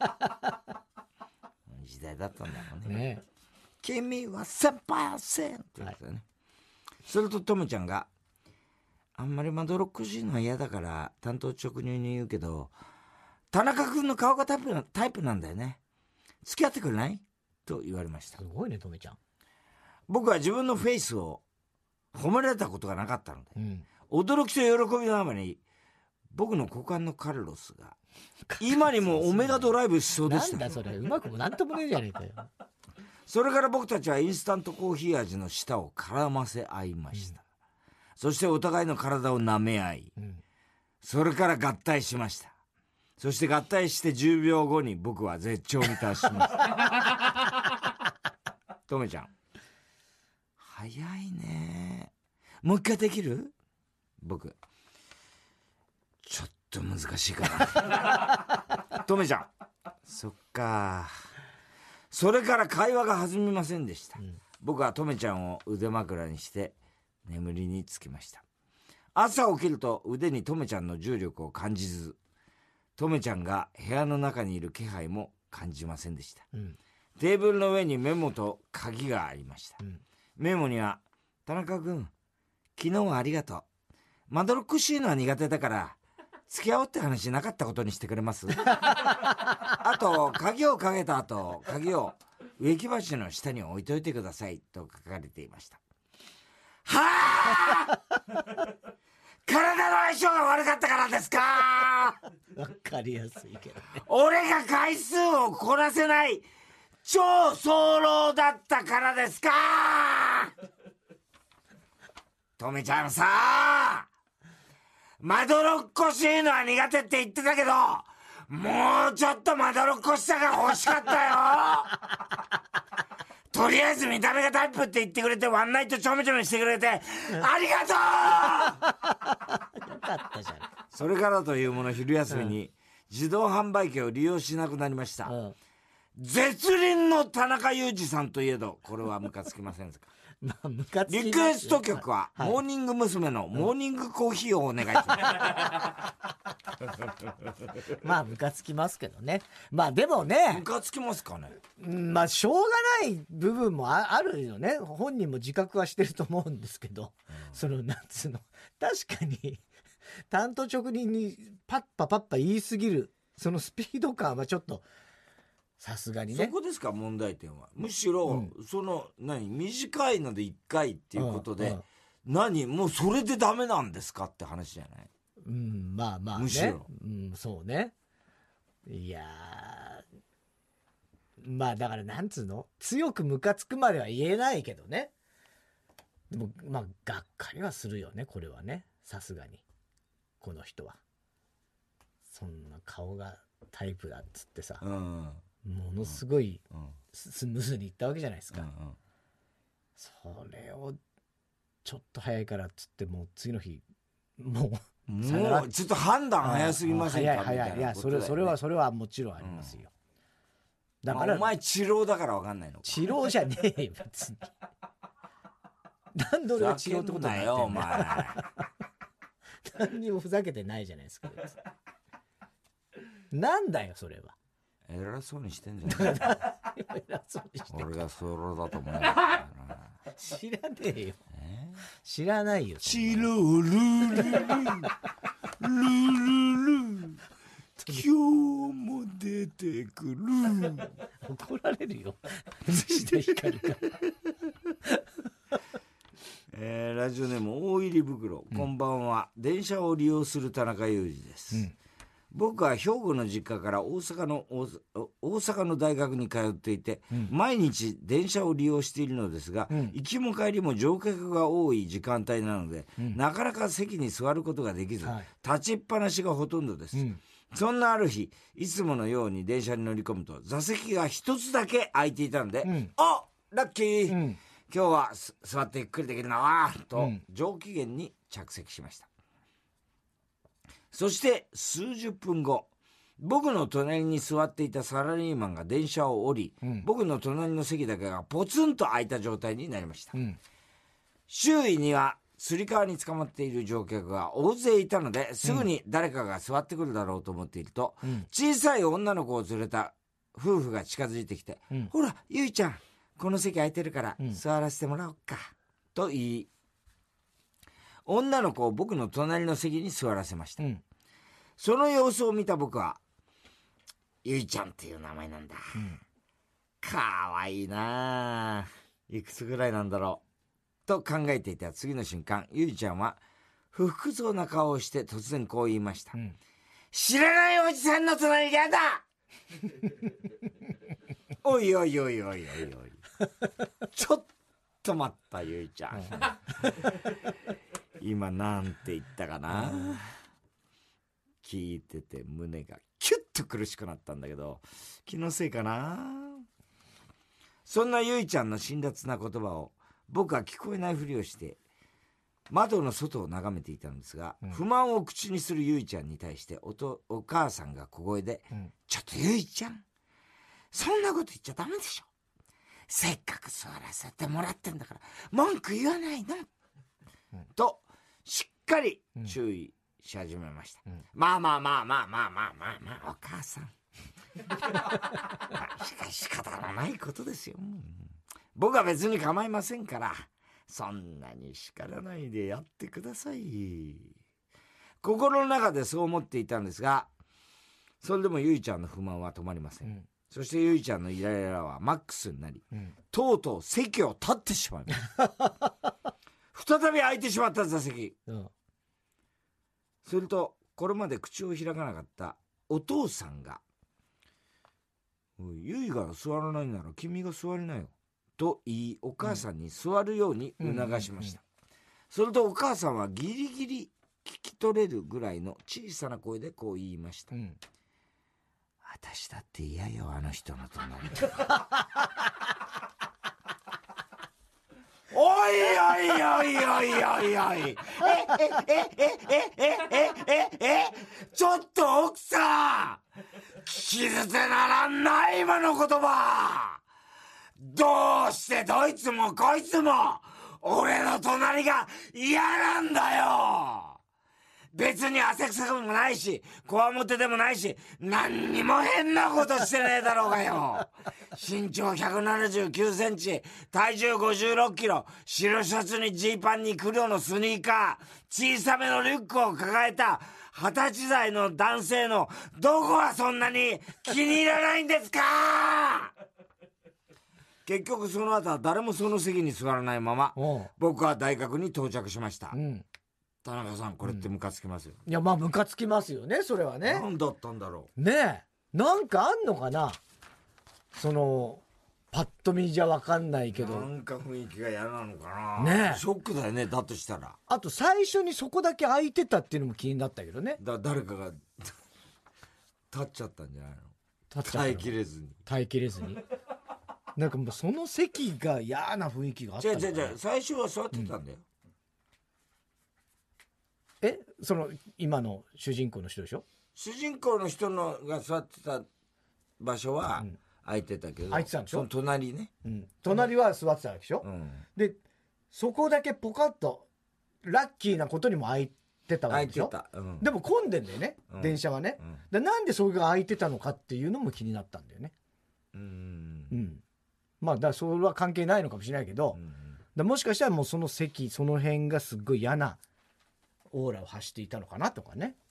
時代だったんだろうね。ね、君は せんパーセント って言ってたね。はい、するとトメちゃんが、あんまりまどろっこしいのは嫌だから担当直入に言うけど、田中君の顔がタイプな、タイプなんだよね。付き合ってくれないと言われました。 すごいね、トメちゃん。 僕は自分のフェイスを褒められたことがなかったので、うん、驚きと喜びのあまり僕の股間のカルロスが今にもオメガドライブしそうでした。 なんだそれ、うまくもなんともねえじゃねえかよ。 それから僕たちはインスタントコーヒー味の舌を絡ませ合いました。うん、そしてお互いの体を舐め合い、うん、それから合体しました。そして合体してじゅうびょうごに僕は絶頂に達しました。とめちゃん、早いね。もう一回できる？僕ちょっと難しいかな。とめちゃん、そっか。それから会話が弾みませんでした。うん、僕はとめちゃんを腕枕にして眠りにつきました。朝起きると腕にとめちゃんの重力を感じず、とめちゃんが部屋の中にいる気配も感じませんでした。うん、テーブルの上にメモと鍵がありました。うん、メモには、田中君、昨日はありがとう。まどろっこしいのは苦手だから、付き合おうって話なかったことにしてくれます？あと、鍵をかけた後、鍵を植木鉢の下に置いといてくださいと書かれていました。はぁ体の相性が悪かったからですか？ わかりやすいけどね。 俺が回数をこなせない超早漏だったからですか？とめちゃんさ、まどろっこしいのは苦手って言ってたけど、もうちょっとまどろっこしさが欲しかったよ。とりあえず見た目がタイプって言ってくれて、ワンナイトちょめちょめしてくれてありがとう。よかったじゃん。それからというもの、昼休みに自動販売機を利用しなくなりました。うん、絶倫の田中裕二さんといえど、これはムカつきませんか？ まあ、ムカつきます。 リクエスト曲は、はい、モーニング娘。のモーニングコーヒーをお願いします。 まあムカつきますけどね。まあでもね、 ムカつきますかね。 まあしょうがない部分も あ, あるよね。本人も自覚はしてると思うんですけど、うん、そのなんつうの、確かに担当直入にパッパパッパ言いすぎるそのスピード感はちょっとさすがにね。 そこですか、問題点は。むしろ、うん、その何短いのでいっかいっていうことで、うんうん、何もうそれでダメなんですかって話じゃない？ うん、まあまあね。 むしろ、 うん、そうね。いやまあだからなんつうの、強くムカつくまでは言えないけどね。でもまあがっかりはするよね、これはね。さすがにこの人はそんな顔がタイプだっつってさ、うん、ものすごいスムーズにいったわけじゃないですか。うんうん、それをちょっと早いからっつってもう次の日もうもうちょっと判断早すぎませんか？ 早い早い、いやそれそれはそれはもちろんありますよ。うん、だから、まあ、 お前治療だから分かんないのか。 治療じゃねえよ別に。なんで俺が治療ってことになってんのよお前。何にもふざけてないじゃないですか。なんだよそれは。 偉そうにしてんじゃない。偉そうにして俺がそれだと思う。 知らねえよ。え知らないよ。 チロルルルルルルル今日も出てくる。 怒られるよ。西田ひかるが。 えー、ラジオネーム大入り袋、うん、こんばんは。電車を利用する田中裕二です、うん、僕は兵庫の実家から大阪の大阪の大学に通っていて、うん、毎日電車を利用しているのですが、うん、行きも帰りも乗客が多い時間帯なので、うん、なかなか席に座ることができず、はい、立ちっぱなしがほとんどです、うん、そんなある日、いつものように電車に乗り込むと座席が一つだけ空いていたので、うん、あ、ラッキー、うん、今日は座ってゆっくりできるなわと、うん、上機嫌に着席しました。そして数十分後、僕の隣に座っていたサラリーマンが電車を降り、うん、僕の隣の席だけがポツンと空いた状態になりました、うん、周囲にはつり革に捕まっている乗客が大勢いたので、すぐに誰かが座ってくるだろうと思っていると、うん、小さい女の子を連れた夫婦が近づいてきて、うん、ほらゆいちゃん、この席空いてるから座らせてもらおうか、うん、と言い、女の子を僕の隣の席に座らせました、うん、その様子を見た僕は、ゆいちゃんっていう名前なんだ、うん、かわいいな、いくつぐらいなんだろうと考えていた次の瞬間、ゆいちゃんは不服そうな顔をして突然こう言いました、うん、知らないおじさんの隣にやだおいおいおいおいおいおいちょっと待ったゆいちゃん今なんて言ったかな、聞いてて胸がキュッと苦しくなったんだけど、気のせいかな。そんなゆいちゃんの辛辣な言葉を僕は聞こえないふりをして窓の外を眺めていたんですが、うん、不満を口にするゆいちゃんに対して お, とお母さんが小声で、うん、ちょっとゆいちゃん、そんなこと言っちゃダメでしょ、せっかく座らせてもらってんだから文句言わないの、うん、としっかり注意し始めました、うん、まあまあまあまあまあまあまあまあお母さんしかし仕方のないことですよ、うん、僕は別に構いませんからそんなに叱らないでやってください。心の中でそう思っていたんですが、それでもゆいちゃんの不満は止まりません、うん、そしてゆいちゃんのイライラはマックスになり、うん、とうとう席を立ってしまいました再び空いてしまった座席、うん、するとこれまで口を開かなかったお父さんが、ゆいが座らないなら君が座りなよと言い、お母さんに座るように促しました、それとお母さんはギリギリ聞き取れるぐらいの小さな声でこう言いました、うん、私だって嫌よあの人の隣でおいおいおいおいおいおいえええええええええちょっと奥さん聞き捨てならんな今の言葉。どうしてどいつもこいつも俺の隣が嫌なんだよ。別に汗臭くもないしこわもてでもないし何にも変なことしてねえだろうがよ。身長ひゃくななじゅうきゅうセンチ、体重ごじゅうろっキロ、白シャツにジーパンに黒のスニーカー、小さめのリュックを抱えた二十歳代の男性のどこがそんなに気に入らないんですか。結局その後は誰もその席に座らないまま僕は大学に到着しました、うん、田中さんこれってムカつきますよ、 うん、いやまあムカつきますよねそれはね。 何だったんだろうねえ、なんかあんのかな、そのパッと見じゃ分かんないけどなんか雰囲気が嫌なのかな、 ねえ、 ショックだよね。だとしたらあと最初にそこだけ空いてたっていうのも気になったけどね。 だ誰かが立っちゃったんじゃないの、立っちゃったの耐えきれずに耐えきれずになんかもうその席が嫌な雰囲気があったんだ、ね、 違う違う違う、最初は座ってたんだよ、 うん、えその今の主人公の人でしょ。 主人公の人のが座ってた場所は空いてたけど、 空いてたんでしょ、 その隣ね、 うん、隣は座ってたでしょ、うん、でそこだけポカッとラッキーなことにも空いてたわけでしょ。空いてた、うん、でも混んでんだよね、うん、電車はね、うん、でなんでそれが空いてたのかっていうのも気になったんだよね。うん、うん、まあだからそれは関係ないのかもしれないけど、うん、 だもしかしたらもうその席その辺がすっごい嫌なオーラを発していたのかなとかね。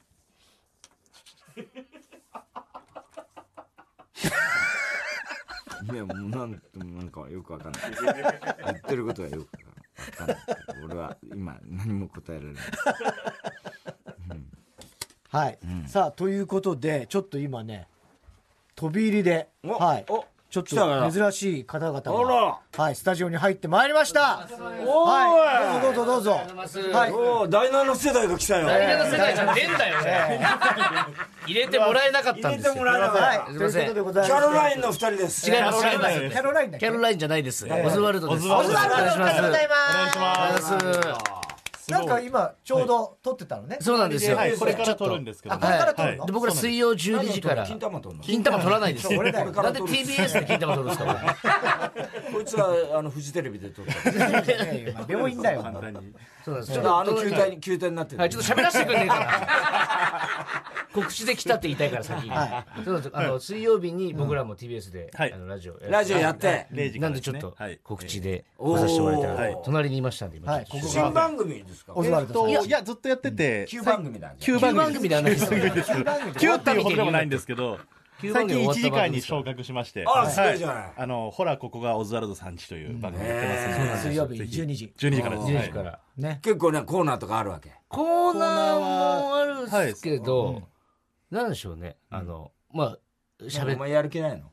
いやもうなんなんかよくわかんない言ってることはよくわかんない俺は今何も答えられない、 うん、はい、うん、さあということでちょっと今ね飛び入りではいちょっと珍しい方々が、はい、スタジオに入ってまいりました。はい、どうぞどうぞどうぞ。はい、 おー、第七世代が来たよ。 第七世代じゃねえんだよね。入れてもらえなかったんですよ。 入れてもらえなかった。 はい、ということでございます。 キャロラインの二人です。 違います。 キャロラインだっけ？ キャロラインじゃないです。オズワルドです。 オズワルドでございます。お願いします。 なんか今ちょうど撮ってたのね。 そうなんですよ。 これから撮るんですけど。 これから撮るの？ で僕ら水曜じゅうにじから金玉撮るの？ 金玉撮らないですよ。なんで ティービーエス で金玉撮るんですか？ こいつはあのフジテレビで撮った。 病院だよ。 そうなんです。 ちょっとあの球体に球体になってる。 はい、ちょっと喋らせてくんねえから。告知で来たって言いたいから先に。そうなんです。あの水曜日に僕らも ティービーエス であのラジオラジオやって、 なんでちょっと告知で来させてもらいたい。隣にいましたんで今。 新番組ですか？ オズワルドさん。 いやずっとやってて旧番組だ。 旧番組ではないです。 旧っていうほどでもないんですけど。最近いちじかんに昇格しまして、 ああすごいじゃない。 あのほらここがオズワルドさんちという番組やってますので、 水曜日じゅうにじじゅうにじからです。 じゅうにじからね。 結構ねコーナーとかあるわけ。 コーナーもあるんですけど、なんでしょうね。あのまあ喋っ。お前やる気ないの？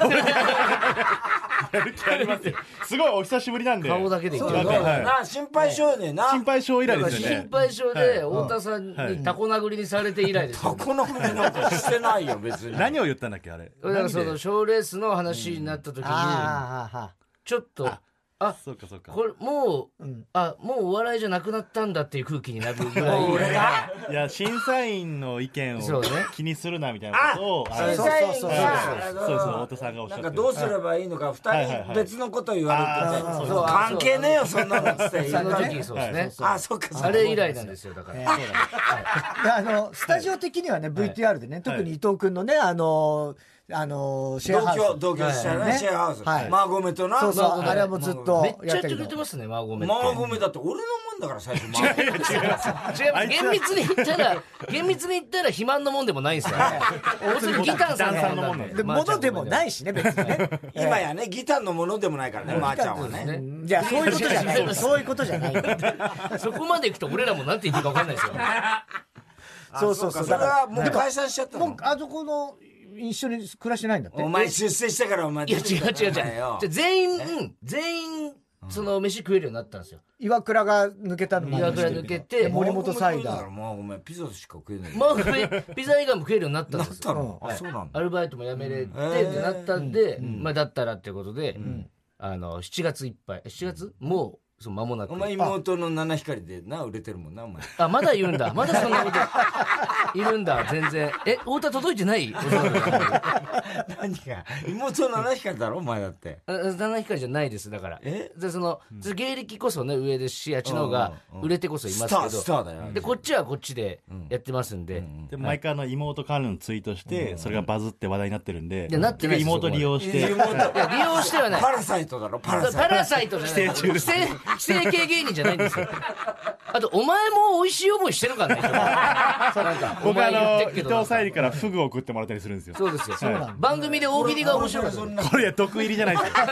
やる気ありますよ。すごいお久しぶりなんで。 顔だけで言ってる。 な心配性ねな。 心配性以来ですよね。 心配性で太田さんにタコ殴りにされて以来です。 タコ殴りなんかしてないよ別に。 何を言ったんだっけあれ。 だからその賞レースの話になった時にちょっと。あ、 そうかそうか。 これもう、うん、あ、もうお笑いじゃなくなったんだっていう空気になるぐらい。 俺がいや審査員の意見を気にするなみたいなことを、 審査員がそうそう太田さんがおっしゃって、 なんかどうすればいいのか二人別のこと言われてて、そう関係ねえよそんなのっつって。 その時そうですね。 あ、そっか。 あれ以来なんですよだから。 あのスタジオ的にはね ブイティーアール でね、特に伊藤君のねあの。あのシェアハウス同居したねシェアハウスマーゴメとな。 そうそうあれはもうずっとめっちゃやってくれてますねマーゴメ。 マーゴメだって俺のもんだから最初。 違う違う違う。厳密に言ったら厳密に言ったら肥満のもんでもないんですよ。要するにギターさんのもんでものでもないしね別にね。 今やねギターのものでもないからねまーちゃんはね。 じゃあそういうことじゃないそういうことじゃない。 そこまでいくと俺らもなんて言っていいか分かんないですよ。 そうそうそう。 それはもう解散しちゃったの。 もうあそこの一緒に暮らしてないんだって。 お前出世してからお前。 いや違う違う違う。じゃ全員全員その飯食えるようになったんですよ。 岩倉が抜けたのも。 岩倉抜けて森本サイダー。 まあお前ピザしか食えない。 まあピザ以外も食えるようになったんですよ。 なったの。あそうなんだ。 アルバイトも辞めれてってなったんで、まあだったらってことで、あのしちがついっぱいしちがつもう。そう間もなく。 お前妹の七光でな売れてるもんなお前。 あまだいるんだまだそんなこといるんだ全然。え太田届いてない？ 何が妹の七光だろお前だって。 七光じゃないですだから。えでその、うん、芸歴こそね上ですしあっちの方が売れてこそいますけど、 スターだよ。 でこっちはこっちでやってますんで。うんうん、 で毎回あの妹関連のツイートして、うん、それがバズって話題になってるんで。 いやなってない妹利用して。 妹いや利用してはない。 パラサイトだろパラサイト。 パラサイトじゃない。 寄生虫です。 寄生系芸人じゃないんですよ。あとお前も美味しい思いしてるからね。 僕あの伊藤沙莉からフグを送ってもらったりするんですよ。 そうですよ。はい、番組で大喜利が面白かった。 これ毒入りじゃないですよ。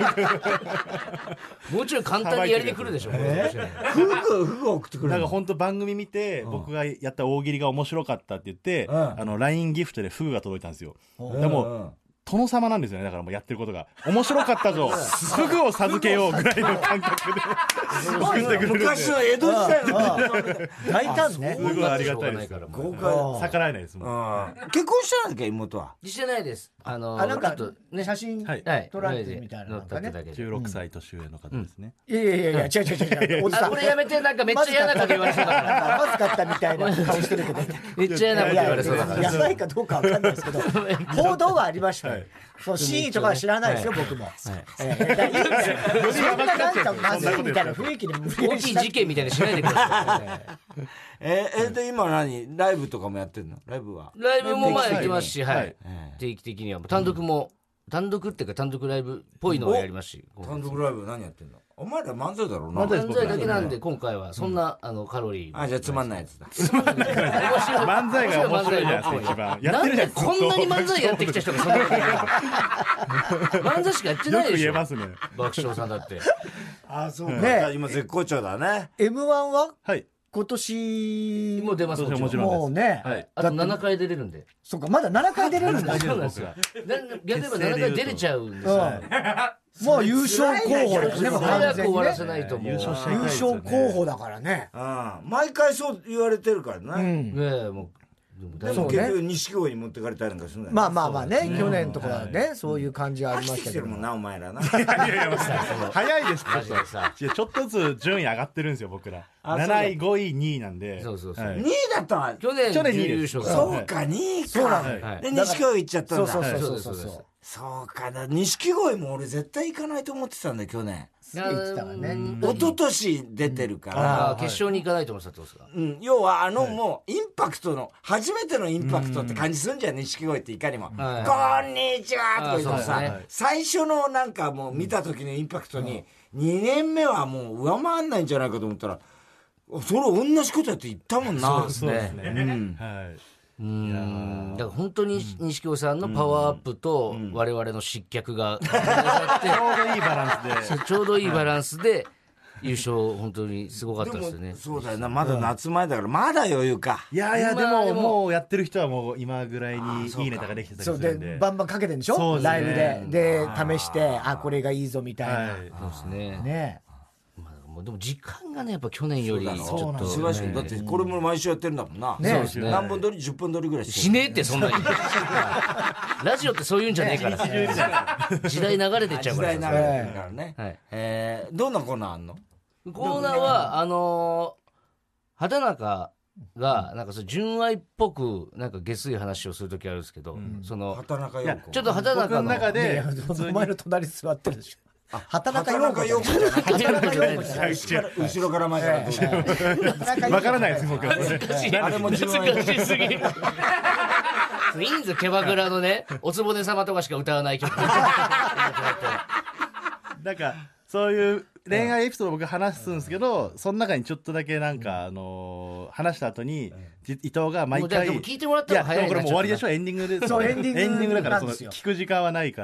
もちろん簡単にやりに来るでしょ。 えー、フグフグ送ってくる。 なんか本当番組見て、うん、僕がやった大喜利が面白かったって言って、うん、あの ライン ギフトでフグが届いたんですよ。うん、でも。うん殿様なんですよね。だからもうやってることが面白かったぞフグを授けようぐらいの感覚で作ってくれるんで。 昔の江戸時代の大胆ね。 すごいありがたいです。 豪快逆らえないですもん。結婚してないんだっけ妹は。 してないです。あのあなんかね写真撮られてみたいなのがね。 じゅうろくさい年上の方ですね。 いやいやいやいや違う違う違う。おじさんこれやめてなんかめっちゃ嫌なこと言われそうだから。 まずかったみたいな顔してるけど。 めっちゃ嫌なこと言われそうだから。 やばいかどうかわかんないですけど報道はありました。そう真意とかは知らないですよ、はい、僕も。はいえー、だいいんだよ。そんななんかまずいみたいな雰囲気で無理大きい事件みたいにしないでください。 えー、えー、で今何ライブとかもやってんの？ライブは？ ライブもまあ行きますし、はい。はい、定期的には単独も、うん、単独っていうか単独ライブっぽいのをやりますし。 単独ライブ何やってんの？ お前ら漫才だろうな。 漫才だけなんで今回はそんな、あのカロリー。 あ、じゃあつまんないやつだ。 漫才が面白いじゃないですか、一番。 なんでこんなに漫才やってきた人がそんなこと言うの？漫才しかやってないでしょ。 よく言えますね。 爆笑さんだって。 あ、そうね。今絶好調だね。 エムワン ははい。 今年もう出ます。 もちろんです。 もうね。 はい。あとななかい出れるんで。 そっか、まだななかい出れるんだ。 そうなんですよ。逆に言えばななかい出れちゃうんですよ。 もう優勝候補ですね。 早く終わらせないともう。 優勝したい。 優勝候補だからね。 毎回そう言われてるからね。 ねえ、もう。 でも結局錦鯉に持ってかれたりなんかするんだよ。 まあまあまあね、去年とかはね、そういう感じがありましたけど。 飽きてきてるもんな、お前らな。 いやいや、早いですマジでさ。 ちょっとずつ順位上がってるんですよ、僕ら。なない、ごい、にいなんで。 そうそうそう。 にいだったわ。 去年、 去年にい優勝。 そうか、にいか。 そうなんだよ。で、錦鯉行っちゃったんだ。 そうそうそうそう。 そうかな、錦鯉も俺絶対行かないと思ってたんだよ、去年。 言ってたわね。 一昨年出てるから。 決勝に行かないと思ってたってことですか？ うん。要は、あの、もう、インパクトの、初めてのインパクトって感じするんじゃん、錦鯉っていかにも。こんにちはとか言うとさ、最初のなんかもう見た時のインパクトに、にねんめはもう上回んないんじゃないかと思ったら、それ同じことやって言ったもんな。 そうですね。 うん。はい。 うん。だから本当に錦鯉さんのパワーアップと我々の失脚がちょうどいいバランスでちょうどいいバランスで優勝本当にすごかったですよね。 そうだよな、まだ夏前だからまだ余裕か。 いやいや、でももうやってる人はもう今ぐらいにいいネタができてたりするんで。 そうでバンバンかけてるんでしょ、ライブでで試してあこれがいいぞみたいな。 そうですね。 ね。 でも時間がねやっぱ去年よりちょっと素晴らしい。だってこれも毎週やってるんだもんな。 ね。 何本撮りじゅっぽん撮りぐらいしねえってそんなに。ラジオってそういうんじゃねえから。時代流れてっちゃうから。 時代流れてるからね。えー、どんなコーナーあんの？ コーナーはあの畑中がなんかその純愛っぽくなんか下水話をするときあるんですけど、その畑中陽子ちょっと畑中の中でお前の隣座ってるでしょ。畑中陽子じゃない。 畑中陽子じゃない。 後ろから前からわからないです僕は。 あれも純愛。 難しすぎる。いいんですよ、キャバクラのね、おつぼね様とかしか歌わない曲。 なんかそういう恋愛エピソードを僕話すんですけど、その中にちょっとだけなんかあの話した後に伊藤が毎回聞いてもらったら早い。 いやでもこれもう終わりでしょ、エンディングで。 そうエンディングだからその聞く時間はないから、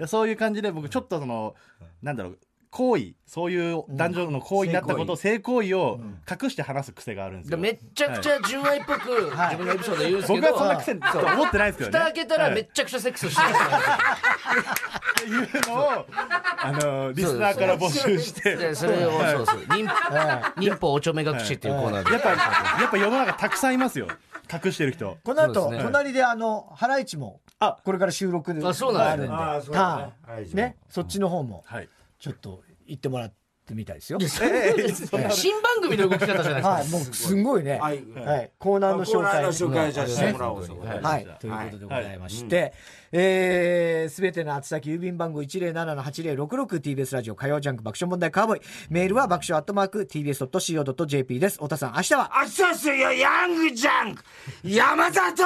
そういう感じで僕ちょっとそのなんだろう行為、そういう男女の行為になったこと、性行為を隠して話す癖があるんですよ。 めっちゃくちゃ純愛っぽく自分のエピソード言うんですけど、 僕はそんな癖と思ってないですけどね。 蓋開けたらめっちゃくちゃセックスしてるっていうのをあのリスナーから募集して、 それをそうそう忍法おちょめ隠しっていうコーナーでやっぱやっぱ世の中たくさんいますよ、隠してる人。 この後隣であのハライチもこれから収録であるんで、ターンね、そっちの方もちょっと行ってもらってみたいですよ。 新番組の動き方じゃないですか。 はい、もうすごいね。はい、コーナーの紹介。 紹介じゃしてもらおう。 はい、ということでございまして、えー、すべての宛先郵便番号 いちゼロななのはちゼロろくろく ティービーエス ラジオ火曜ジャンク爆笑問題カーボーイ。メールは爆笑アットマーク ティービーエスドットシーオードットジェーピー です。太田さん、明日は明日ですよ、ヤングジャンク山里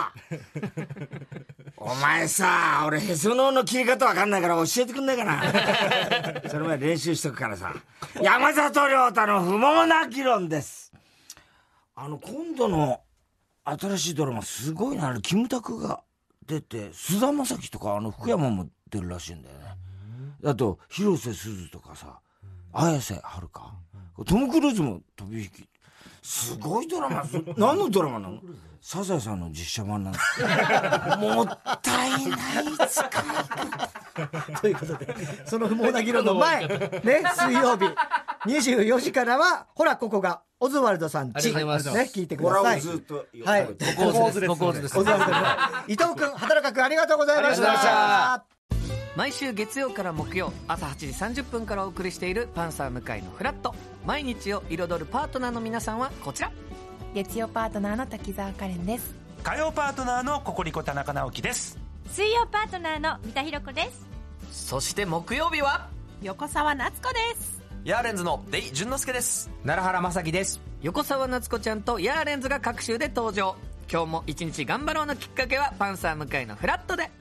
お前さ、俺へその緒の切り方わかんないから教えてくんないかな。それまで練習しとくからさ。山里亮太の不毛な議論です。あの今度の新しいドラマすごいな。あれキムタクが出て、菅田将暉とかあの福山も出るらしいんだよね。あと広瀬すずとかさ、綾瀬はるか、トム・クルーズも飛び引き。すごいドラマ。何のドラマなの？サザエさんの実写版なんです。もったいない使い方。 ということで、その不毛な議論の前、ね、水曜日にじゅうよじからは、ほら、ここがオズワルドさんち、ね、聞いてください。 ずっとはい。 ここです。ここです。 オズワルド伊藤君、畑中君、ありがとうございました。 毎週月曜から木曜朝はちじさんじゅっぷんからお送りしているパンサー向井のフラット。毎日を彩るパートナーの皆さんはこちら。 月曜パートナーの滝沢カレンです。 火曜パートナーのココリコ田中直樹です。 水曜パートナーの三田寛子です。 そして木曜日は横澤夏子です。 ヤーレンズのデイ淳之介です。 奈良原雅樹です。横澤夏子ちゃんとヤーレンズが各週で登場。今日も一日頑張ろうのきっかけはパンサー向井のフラットで。